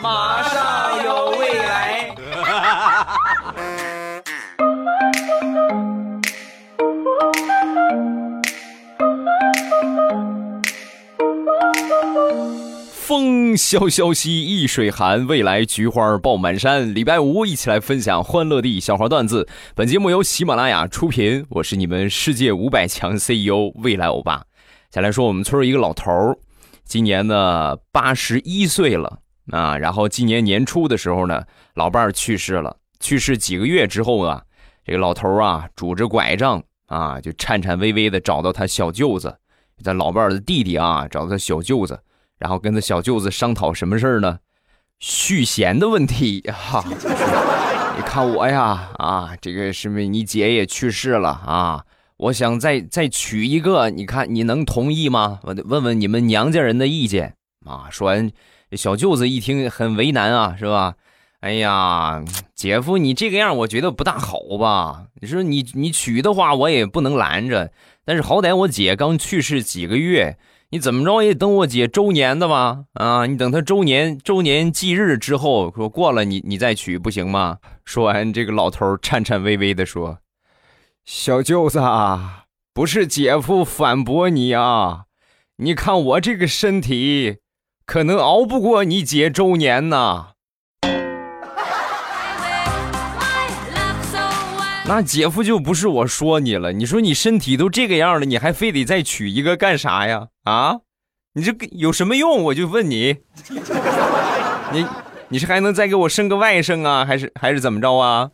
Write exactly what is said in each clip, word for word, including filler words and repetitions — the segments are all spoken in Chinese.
马上有未来。 风萧萧兮易水寒，未来菊花爆满山。礼拜五一起来分享欢乐地笑话段子。本节目由喜马拉雅出品，我是你们世界五百强 C E O 未来欧巴。再来说我们村一个老头，今年呢八十一岁了啊。然后今年年初的时候呢，老伴儿去世了。去世几个月之后啊，这个老头啊拄着拐杖啊，就颤颤巍巍的找到他小舅子，他老伴儿的弟弟啊，找到他小舅子。然后跟他小舅子商讨什么事儿呢？续弦的问题哈、啊。你看我呀，啊，这个是不是你姐也去世了啊？我想再再娶一个，你看你能同意吗？我得问问你们娘家人的意见啊。说完，小舅子一听很为难啊，是吧？哎呀，姐夫你这个样，我觉得不大好吧？你说你你娶的话，我也不能拦着，但是好歹我姐刚去世几个月。你怎么着也等我姐周年的吧？啊，你等她周年周年忌日之后说过了你，你再娶不行吗？说完，这个老头颤颤巍巍地说：“小舅子啊，不是姐夫反驳你啊，你看我这个身体，可能熬不过你姐周年呢。”那姐夫就不是我说你了，你说你身体都这个样了，你还非得再娶一个干啥呀？啊，你这有什么用？我就问你，你你是还能再给我生个外甥啊，还是还是怎么着啊？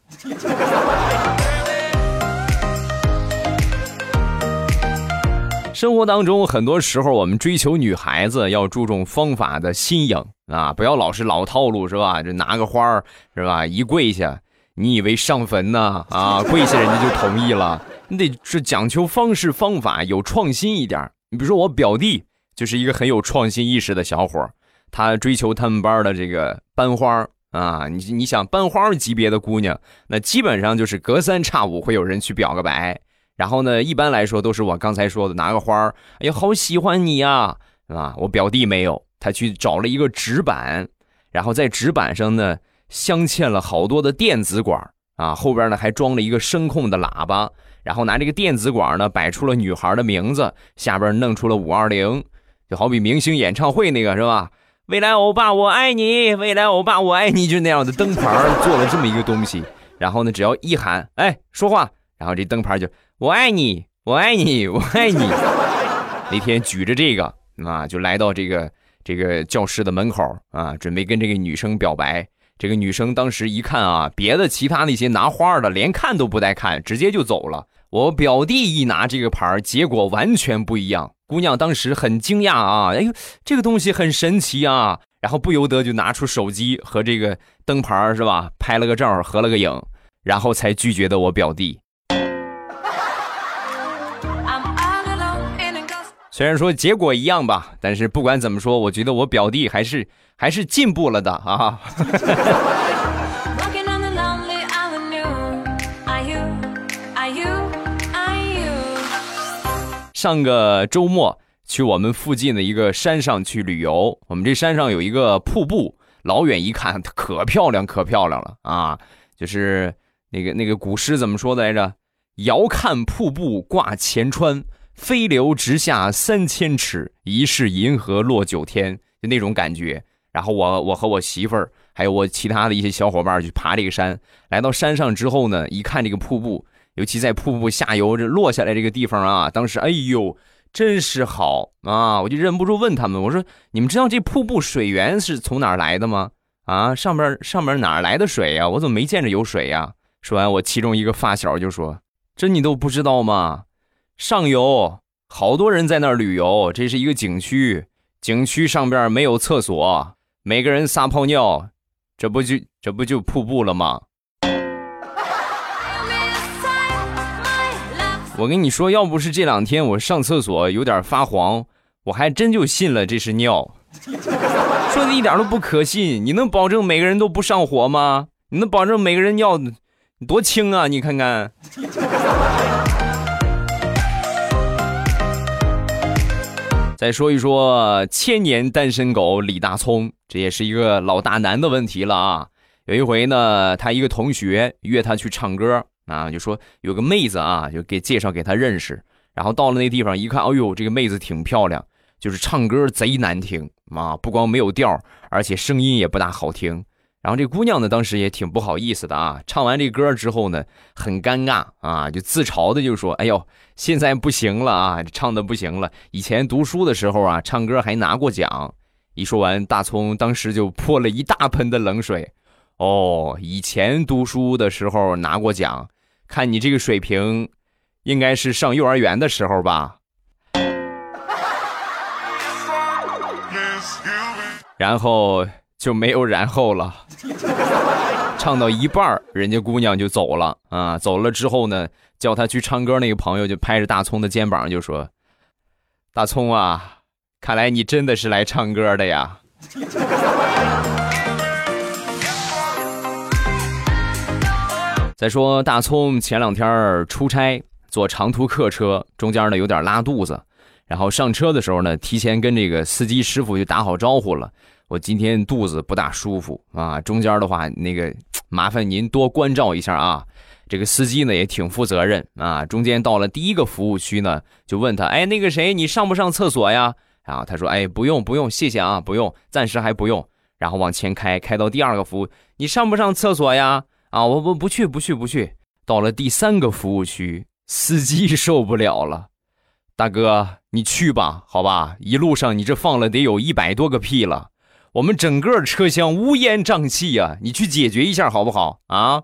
生活当中很多时候我们追求女孩子要注重方法的新颖啊，不要老是老套路是吧？这拿个花是吧，一跪下。你以为上坟呢？啊，跪下人家就同意了？你得是讲究方式方法，有创新一点。你比如说我表弟就是一个很有创新意识的小伙，他追求他们班的这个班花啊，你你想班花级别的姑娘，那基本上就是隔三差五会有人去表个白。然后呢，一般来说都是我刚才说的拿个花，哎呀，好喜欢你呀，是吧？我表弟没有，他去找了一个纸板，然后在纸板上呢。镶嵌了好多的电子管啊，后边呢还装了一个声控的喇叭，然后拿这个电子管呢摆出了女孩的名字，下边弄出了五二零，就好比明星演唱会那个是吧？未来欧巴我爱你，未来欧巴我爱你，就那样的灯牌做了这么一个东西。然后呢，只要一喊哎说话，然后这灯牌就我爱你，我爱你，我爱你。那天举着这个啊，就来到这个这个教室的门口啊，准备跟这个女生表白。这个女生当时一看啊，别的其他那些拿花的连看都不带看，直接就走了。我表弟一拿这个牌，结果完全不一样。姑娘当时很惊讶啊，哎呦，这个东西很神奇啊，然后不由得就拿出手机和这个灯牌是吧，拍了个照，合了个影，然后才拒绝的我表弟。虽然说结果一样吧，但是不管怎么说，我觉得我表弟还是还是进步了的啊。上个周末去我们附近的一个山上去旅游，我们这山上有一个瀑布，老远一看可漂亮可漂亮了啊！就是那个那个古诗怎么说的来着？遥看瀑布挂前川，飞流直下三千尺，疑是银河落九天，就那种感觉。然后我我和我媳妇儿还有我其他的一些小伙伴去爬这个山，来到山上之后呢，一看这个瀑布，尤其在瀑布下游这落下来这个地方啊，当时哎呦真是好啊！我就忍不住问他们，我说你们知道这瀑布水源是从哪儿来的吗？啊，上边上边哪儿来的水呀？我怎么没见着有水呀？说完，我其中一个发小就说：“这你都不知道吗？上游好多人在那儿旅游，这是一个景区，景区上边没有厕所，每个人撒泡尿，这不就这不就瀑布了吗？”我跟你说，要不是这两天我上厕所有点发黄，我还真就信了这是尿。说的一点都不可信，你能保证每个人都不上火吗？你能保证每个人尿多轻啊？你看看。 再说一说千年单身狗李大聪，这也是一个老大难的问题了啊。有一回呢，他一个同学约他去唱歌啊，就说有个妹子啊，就给介绍给他认识。然后到了那地方一看，哎呦，这个妹子挺漂亮，就是唱歌贼难听啊，不光没有调，而且声音也不大好听。然后这姑娘呢，当时也挺不好意思的啊，唱完这歌之后呢，很尴尬啊，就自嘲的就说：“哎呦，现在不行了啊，唱的不行了。以前读书的时候啊，唱歌还拿过奖。”一说完，大葱当时就泼了一大盆的冷水。哦，以前读书的时候拿过奖，看你这个水平，应该是上幼儿园的时候吧。然后就没有然后了。唱到一半，人家姑娘就走了啊！走了之后呢，叫他去唱歌那个朋友就拍着大葱的肩膀就说：“大葱啊，看来你真的是来唱歌的呀。”再说大葱前两天出差，坐长途客车，中间呢有点拉肚子，然后上车的时候呢，提前跟这个司机师傅就打好招呼了。我今天肚子不大舒服啊，中间的话那个麻烦您多关照一下啊。这个司机呢也挺负责任啊，中间到了第一个服务区呢，就问他，哎，那个谁，你上不上厕所呀？然后他说，哎，不用不用，谢谢啊，不用，暂时还不用。然后往前开，开到第二个服务，你上不上厕所呀？啊，我不不去不去不去。到了第三个服务区，司机受不了了，大哥，你去吧，好吧，一路上你这放了得有一百多个屁了。我们整个车厢乌烟瘴气啊，你去解决一下好不好啊？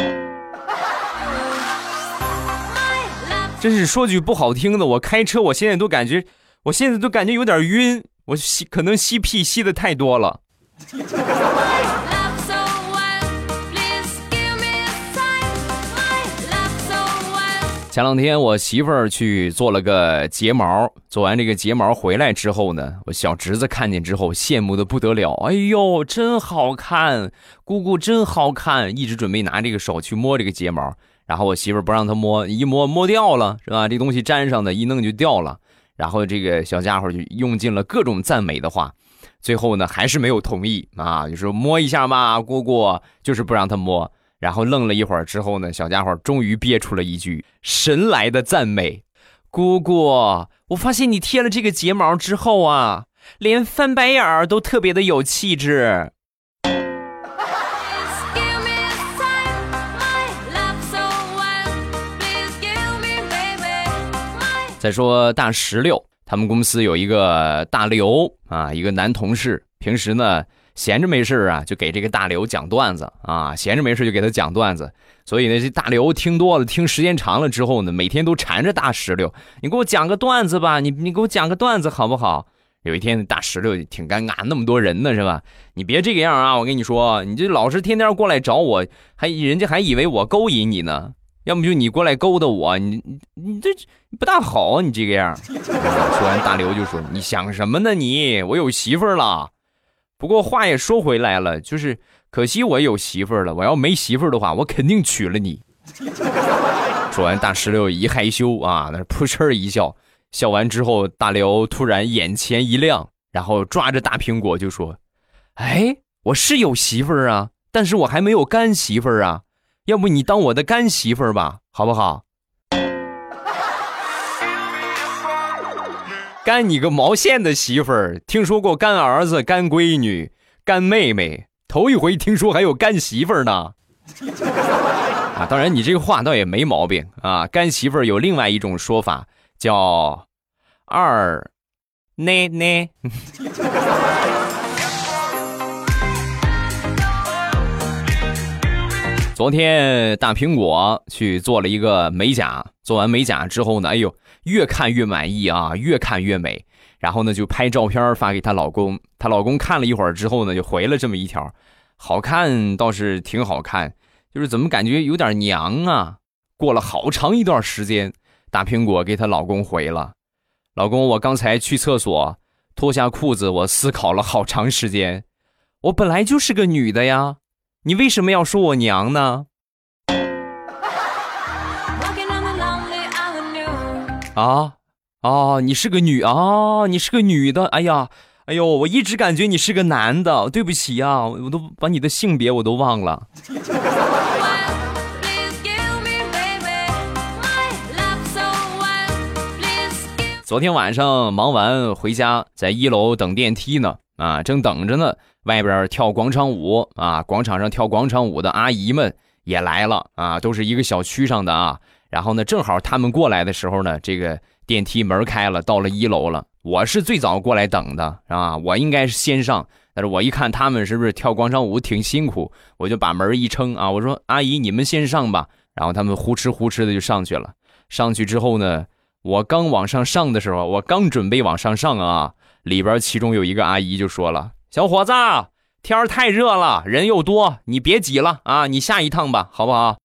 真是说句不好听的，我开车我现在都感觉，我现在都感觉有点晕，我吸可能吸屁吸的太多了。前两天我媳妇儿去做了个睫毛，做完这个睫毛回来之后呢，我小侄子看见之后羡慕的不得了，哎呦真好看，姑姑真好看，一直准备拿这个手去摸这个睫毛，然后我媳妇儿不让他摸，一摸摸掉了是吧，这东西粘上的一弄就掉了，然后这个小家伙就用尽了各种赞美的话，最后呢还是没有同意啊，就说摸一下嘛姑姑，就是不让他摸。然后愣了一会儿之后呢，小家伙终于憋出了一句神来的赞美，姑姑，我发现你贴了这个睫毛之后啊，连翻白眼儿都特别的有气质。再说大石榴，他们公司有一个大刘啊，一个男同事，平时呢闲着没事啊，就给这个大刘讲段子啊，闲着没事就给他讲段子，所以呢，这大刘听多了，听时间长了之后呢，每天都缠着大石榴，你给我讲个段子吧，你你给我讲个段子好不好？有一天大石榴挺尴尬，那么多人呢是吧？你别这个样啊，我跟你说，你这老是天天过来找我，还人家还以为我勾引你呢，要么就你过来勾搭我，你你这不大好，你这个样。说完大刘就说：“你想什么呢你？我有媳妇儿了。”不过话也说回来了，就是可惜我有媳妇儿了，我要没媳妇儿的话，我肯定娶了你。说完大石榴一害羞啊，那扑哧一笑，笑完之后大刘突然眼前一亮，然后抓着大苹果就说：哎，我是有媳妇儿啊，但是我还没有干媳妇儿啊，要不你当我的干媳妇儿吧，好不好？干你个毛线的媳妇儿！听说过干儿子、干闺女、干妹妹，头一回听说还有干媳妇儿呢。啊，当然你这个话倒也没毛病啊。干媳妇儿有另外一种说法，叫二奶奶。昨天大苹果去做了一个美甲，做完美甲之后呢，哎呦，越看越满意啊，越看越美。然后呢，就拍照片发给她老公，她老公看了一会儿之后呢，就回了这么一条：好看倒是挺好看，就是怎么感觉有点娘啊。过了好长一段时间，大苹果给她老公回了：老公，我刚才去厕所脱下裤子，我思考了好长时间，我本来就是个女的呀，你为什么要说我娘呢？啊哦，你是个女哦，你是个女的。哎呀，哎呦，我一直感觉你是个男的，对不起啊，我都把你的性别我都忘了。昨天晚上忙完回家，在一楼等电梯呢，啊，正等着呢，外边跳广场舞啊，广场上跳广场舞的阿姨们也来了啊，都是一个小区上的啊。然后呢，正好他们过来的时候呢，这个电梯门开了，到了一楼了。我是最早过来等的啊，我应该是先上，但是我一看他们是不是跳广场舞挺辛苦，我就把门一撑啊，我说阿姨你们先上吧。然后他们呼哧呼哧的就上去了。上去之后呢，我刚往上上的时候，我刚准备往上上啊，里边其中有一个阿姨就说了：“小伙子，天儿太热了，人又多，你别挤了啊，你下一趟吧，好不好？”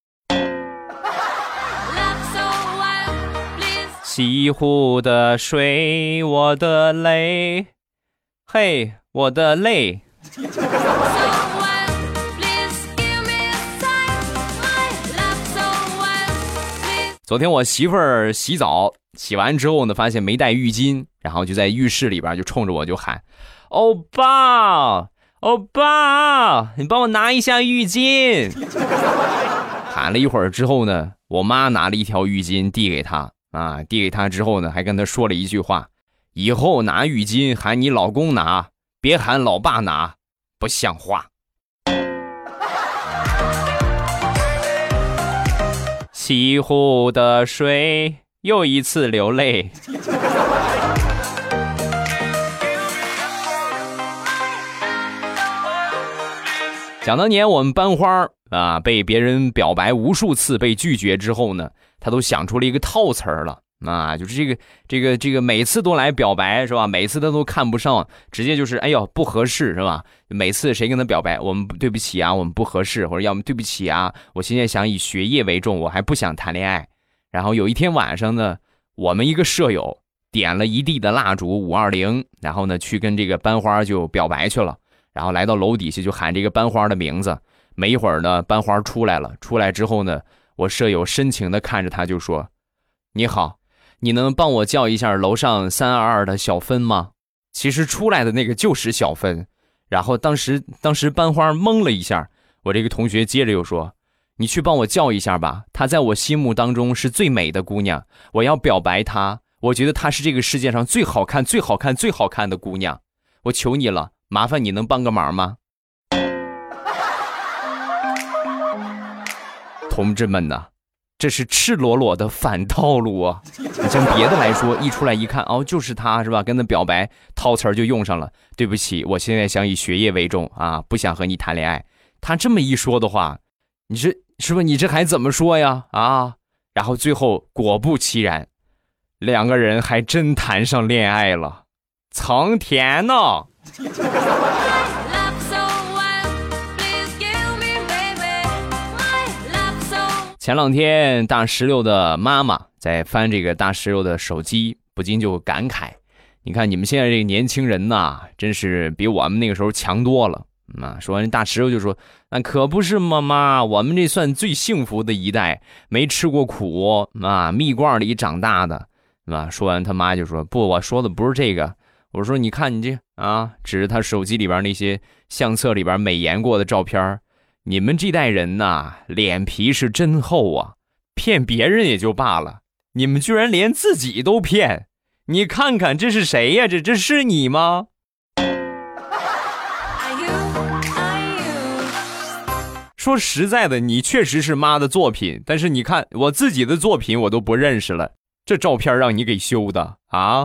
西湖的水，我的泪，嘿，我的泪。昨天我媳妇儿洗澡，洗完之后呢，发现没带浴巾，然后就在浴室里边就冲着我就喊：“欧巴，欧巴，你帮我拿一下浴巾。”喊了一会儿之后呢，我妈拿了一条浴巾递给她啊，递给她之后呢，还跟她说了一句话：“以后拿浴巾喊你老公拿，别喊老爸拿，不像话。”西湖的水又一次流泪。想当年我们班花啊，被别人表白无数次被拒绝之后呢，他都想出了一个套词儿了啊，就是这个这个这个每次都来表白是吧？每次他都看不上，直接就是哎呦不合适是吧？每次谁跟他表白，我们对不起啊，我们不合适，或者要么对不起啊，我现在想以学业为重，我还不想谈恋爱。然后有一天晚上呢，我们一个舍友点了一地的蜡烛五二零，然后呢去跟这个班花就表白去了。然后来到楼底下就喊这个班花的名字，没一会儿呢，班花出来了。出来之后呢，我舍友深情地看着他就说：“你好，你能帮我叫一下楼上三二二的小芬吗？”其实出来的那个就是小芬。然后当时当时班花懵了一下，我这个同学接着又说：“你去帮我叫一下吧，她在我心目当中是最美的姑娘，我要表白她，我觉得她是这个世界上最好看最好看最好看的姑娘，我求你了，麻烦你能帮个忙吗？”同志们呐，这是赤裸裸的反套路啊！你像别的来说，一出来一看，哦，就是他是吧？跟他表白，套词儿就用上了。对不起，我现在想以学业为重啊，不想和你谈恋爱。他这么一说的话，你这是不是你这还怎么说呀？啊！然后最后果不其然，两个人还真谈上恋爱了，苍天呐！前两天大石榴的妈妈在翻这个大石榴的手机，不禁就感慨，你看你们现在这个年轻人呐，真是比我们那个时候强多了啊！说完大石榴就说，那可不是嘛妈，我们这算最幸福的一代，没吃过苦啊，蜜罐里长大的啊。说完他妈就说，不，我说的不是这个，我说你看你这啊，指着他手机里边那些相册里边美颜过的照片，你们这代人呐，脸皮是真厚啊！骗别人也就罢了，你们居然连自己都骗！你看看这是谁呀？这这是你吗？说实在的，你确实是妈的作品，但是你看我自己的作品我都不认识了，这照片让你给修的啊！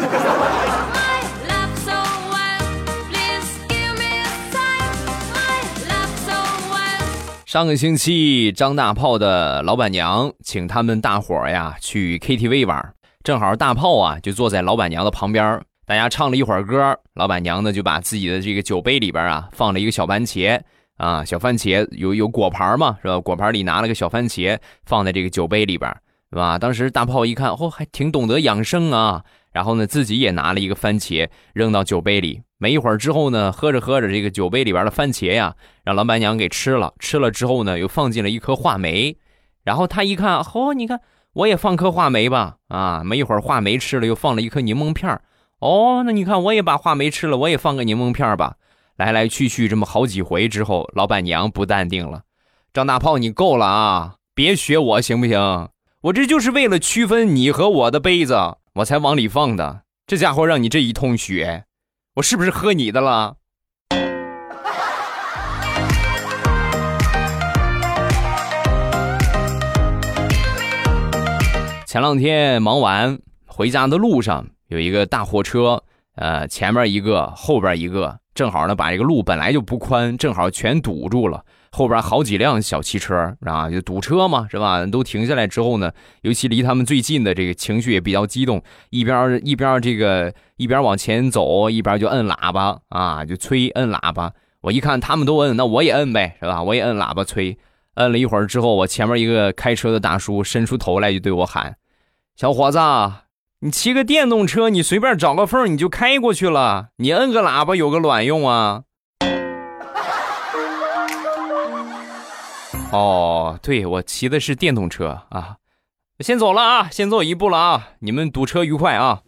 上个星期张大炮的老板娘请他们大伙儿呀去 K T V 玩，正好大炮啊就坐在老板娘的旁边，大家唱了一会儿歌，老板娘呢就把自己的这个酒杯里边啊放了一个小番茄啊，小番茄有有果盘嘛是吧？果盘里拿了个小番茄放在这个酒杯里边，是吧？当时大炮一看，哦，还挺懂得养生啊，然后呢自己也拿了一个番茄扔到酒杯里。没一会儿之后呢，喝着喝着这个酒杯里边的番茄呀，让老板娘给吃了。吃了之后呢，又放进了一颗话梅。然后他一看，哦，你看我也放颗话梅吧。啊，没一会儿话梅吃了，又放了一颗柠檬片。哦，那你看我也把话梅吃了，我也放个柠檬片吧。来来去去这么好几回之后，老板娘不淡定了。张大炮，你够了啊，别学我行不行？我这就是为了区分你和我的杯子，我才往里放的。这家伙让你这一通学，我是不是喝你的了？前两天忙完回家的路上，有一个大货车，呃，前面一个，后边一个，正好呢把这个路本来就不宽，正好全堵住了。后边好几辆小汽车啊，就堵车嘛，是吧？都停下来之后呢，尤其离他们最近的这个情绪也比较激动，一边一边这个一边往前走，一边就摁喇叭啊，就催摁喇叭。我一看他们都摁，那我也摁呗，是吧？我也摁喇叭催。摁了一会儿之后，我前面一个开车的大叔伸出头来就对我喊：“小伙子，你骑个电动车，你随便找个缝你就开过去了，你摁个喇叭有个卵用啊！”哦，对，我骑的是电动车啊，先走了啊，先走一步了啊，你们堵车愉快啊！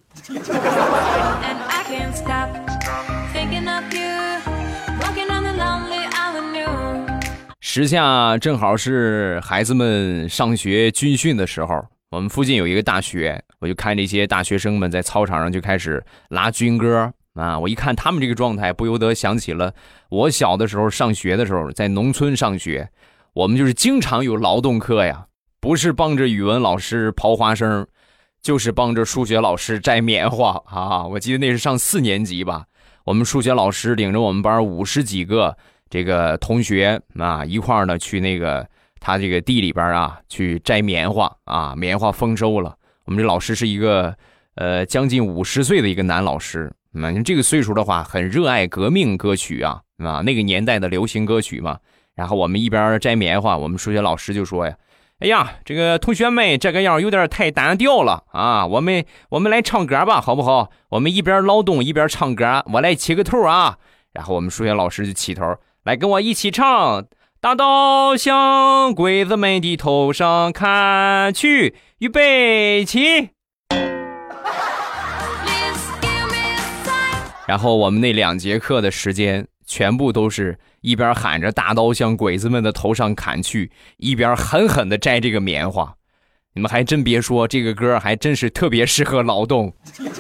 时下正好是孩子们上学军训的时候，我们附近有一个大学，我就看这些大学生们在操场上就开始拉军歌啊！我一看他们这个状态，不由得想起了我小的时候上学的时候，在农村上学。我们就是经常有劳动课呀，不是帮着语文老师刨花生，就是帮着数学老师摘棉花啊！我记得那是上四年级吧，我们数学老师领着我们班五十几个这个同学啊，一块儿呢去那个他这个地里边啊去摘棉花啊，棉花丰收了。我们这老师是一个呃将近五十岁的一个男老师，嗯，这个岁数的话很热爱革命歌曲啊啊，那个年代的流行歌曲嘛。然后我们一边摘棉花，我们数学老师就说呀：“哎呀，这个同学们这个样有点太单调了啊，我们我们来唱歌吧，好不好？我们一边劳动一边唱歌，我来起个头啊。”然后我们数学老师就起头，来跟我一起唱：“大刀向鬼子们的头上砍去，预备起。”然后我们那两节课的时间全部都是一边喊着大刀向鬼子们的头上砍去，一边狠狠地摘这个棉花。你们还真别说，这个歌还真是特别适合劳动。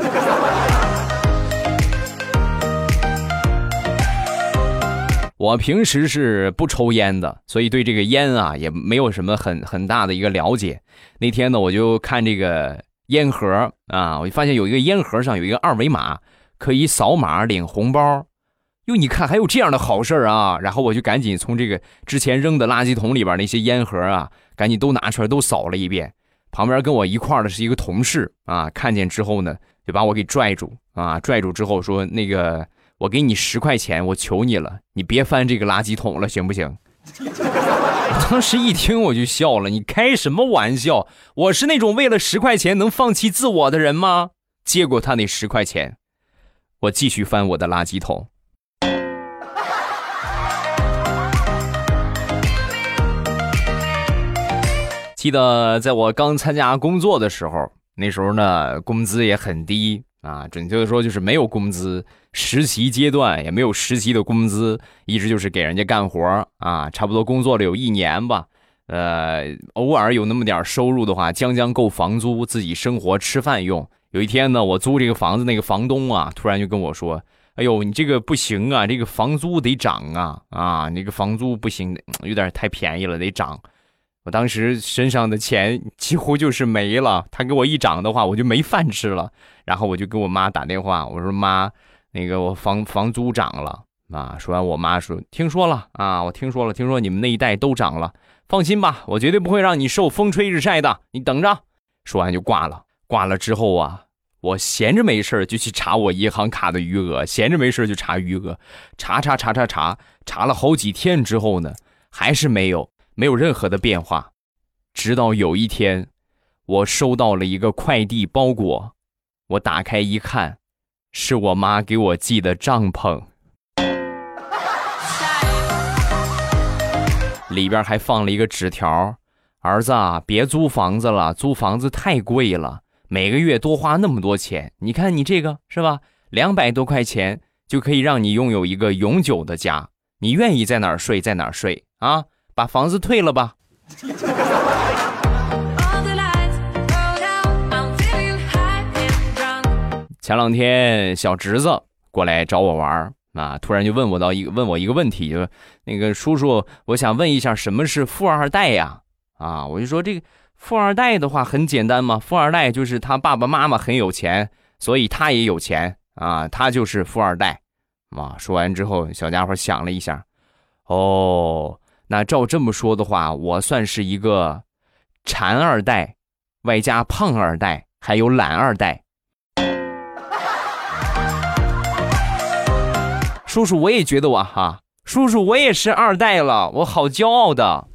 我平时是不抽烟的，所以对这个烟啊也没有什么很很大的一个了解。那天呢，我就看这个烟盒啊，我就发现有一个烟盒上有一个二维码，可以扫码领红包。哟，你看还有这样的好事啊！然后我就赶紧从这个之前扔的垃圾桶里边那些烟盒啊，赶紧都拿出来都扫了一遍。旁边跟我一块儿的是一个同事啊，看见之后呢，就把我给拽住啊，拽住之后说：“那个，我给你十块钱，我求你了，你别翻这个垃圾桶了，行不行？”我当时一听我就笑了，你开什么玩笑？我是那种为了十块钱能放弃自我的人吗？接过他那十块钱，我继续翻我的垃圾桶。记得在我刚参加工作的时候，那时候呢工资也很低啊，准确的说就是没有工资，实习阶段也没有实习的工资，一直就是给人家干活啊，差不多工作了有一年吧，呃，偶尔有那么点收入的话，将将够房租，自己生活吃饭用。有一天呢，我租这个房子，那个房东啊，突然就跟我说：“哎呦，你这个不行啊，这个房租得涨啊，啊，那个房租不行，有点太便宜了，得涨。”我当时身上的钱几乎就是没了，他给我一涨的话，我就没饭吃了。然后我就给我妈打电话，我说：“妈，那个我房房租涨了啊。”说完，我妈说：“听说了啊，我听说了，听说你们那一带都涨了，放心吧，我绝对不会让你受风吹日晒的，你等着。”说完就挂了。挂了之后啊，我闲着没事就去查我银行卡的余额，闲着没事就查余额，查查查查查，查了好几天之后呢，还是没有。没有任何的变化，直到有一天，我收到了一个快递包裹，我打开一看，是我妈给我寄的帐篷，里边还放了一个纸条， 儿子啊，别租房子了，租房子太贵了，每个月多花那么多钱。你看你这个是吧，两百多块钱就可以让你拥有一个永久的家，你愿意在哪儿睡在哪儿睡啊，把房子退了吧。前两天小侄子过来找我玩啊，突然就问我到一个问我一个问题，就是那个叔叔，我想问一下什么是富二代呀？啊，我就说这个富二代的话很简单嘛，富二代就是他爸爸妈妈很有钱，所以他也有钱啊，他就是富二代。啊，说完之后，小家伙想了一下，哦，那照这么说的话，我算是一个馋二代，外加胖二代，还有懒二代。叔叔，我也觉得我哈，叔叔我也是二代了，我好骄傲的。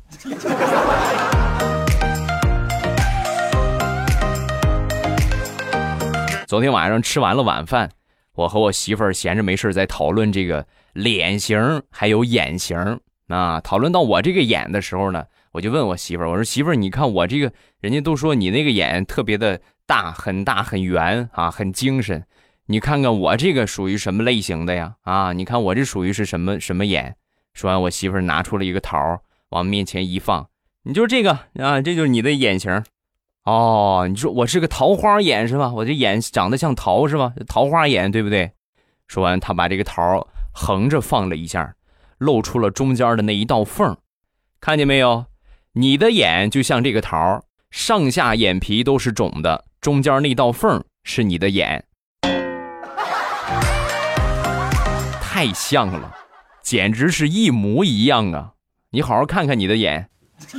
昨天晚上吃完了晚饭，我和我媳妇儿闲着没事在讨论这个脸型还有眼型啊。讨论到我这个眼的时候呢，我就问我媳妇儿，我说媳妇儿，你看我这个，人家都说你那个眼特别的大，很大很圆啊，很精神。你看看我这个属于什么类型的呀？啊，你看我这属于是什么什么眼？说完，我媳妇儿拿出了一个桃往面前一放，你就是这个啊，这就是你的眼型。哦，你说我是个桃花眼是吧？我这眼长得像桃是吧？桃花眼对不对？说完，他把这个桃横着放了一下，露出了中间的那一道缝，看见没有？你的眼就像这个桃，上下眼皮都是肿的，中间那道缝是你的眼。太像了，简直是一模一样啊！你好好看看你的眼。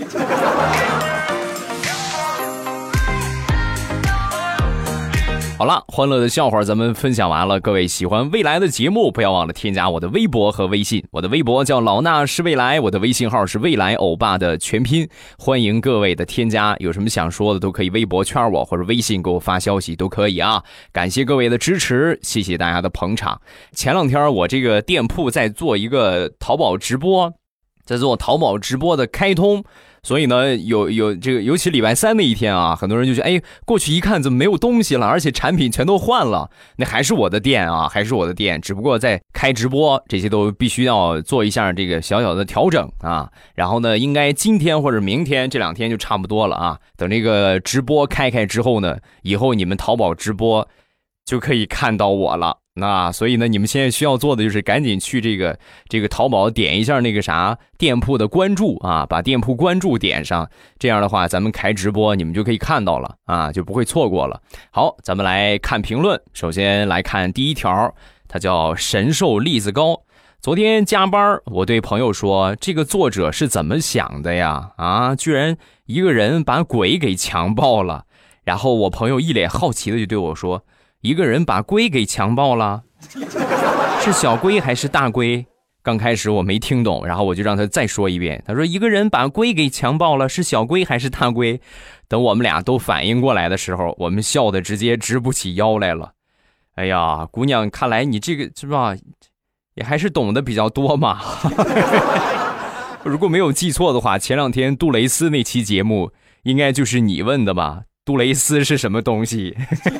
好了，欢乐的笑话咱们分享完了，各位喜欢未来的节目，不要忘了添加我的微博和微信。我的微博叫老衲是未来，我的微信号是未来欧巴的全拼，欢迎各位的添加，有什么想说的都可以微博圈我，或者微信给我发消息都可以啊。感谢各位的支持，谢谢大家的捧场。前两天我这个店铺在做一个淘宝直播，在做淘宝直播的开通，所以呢，有有这个，尤其礼拜三那一天啊，很多人就觉得，哎，过去一看怎么没有东西了，而且产品全都换了，那还是我的店啊，还是我的店，只不过在开直播，这些都必须要做一下这个小小的调整啊。然后呢，应该今天或者明天这两天就差不多了啊。等这个直播开开之后呢，以后你们淘宝直播就可以看到我了。那所以呢，你们现在需要做的就是赶紧去这个这个淘宝点一下那个啥店铺的关注啊，把店铺关注点上，这样的话咱们开直播你们就可以看到了啊，就不会错过了。好，咱们来看评论，首先来看第一条，它叫神兽栗子糕。昨天加班，我对朋友说，这个作者是怎么想的呀？啊，居然一个人把鬼给强暴了。然后我朋友一脸好奇的就对我说，一个人把龟给强暴了，是小龟还是大龟？刚开始我没听懂，然后我就让他再说一遍。他说一个人把龟给强暴了，是小龟还是大龟？等我们俩都反应过来的时候，我们笑得直接直不起腰来了。哎呀，姑娘，看来你这个是吧，也还是懂得比较多嘛。如果没有记错的话，前两天杜蕾斯那期节目应该就是你问的吧？杜蕾斯是什么东西？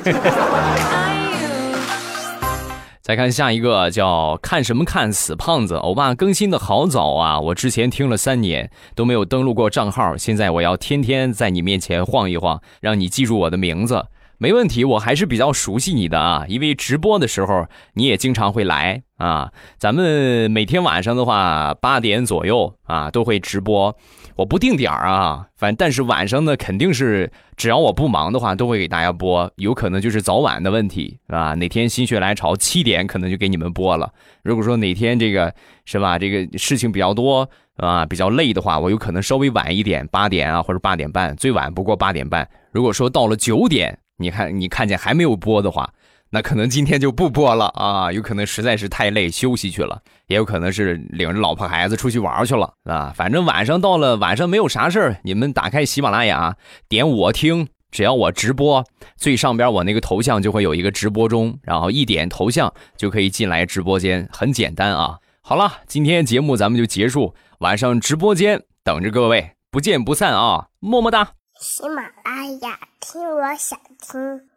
再看下一个，叫看什么看死胖子。欧巴更新的好早啊，我之前听了三年都没有登录过账号，现在我要天天在你面前晃一晃，让你记住我的名字。没问题，我还是比较熟悉你的啊，因为直播的时候你也经常会来啊。咱们每天晚上的话八点左右啊都会直播，我不定点啊，反但是晚上呢肯定是只要我不忙的话都会给大家播，有可能就是早晚的问题啊。哪天心血来潮七点可能就给你们播了，如果说哪天这个是吧，这个事情比较多啊，比较累的话，我有可能稍微晚一点，八点啊或者八点半，最晚不过八点半。如果说到了九点，你看你看见还没有播的话，那可能今天就不播了啊，有可能实在是太累休息去了，也有可能是领着老婆孩子出去玩去了啊。反正晚上到了，晚上没有啥事儿，你们打开喜马拉雅点我听，只要我直播，最上边我那个头像就会有一个直播中，然后一点头像就可以进来直播间，很简单啊。好了，今天节目咱们就结束，晚上直播间等着各位， 不见不散啊，么么哒。 喜马拉雅，听我想听。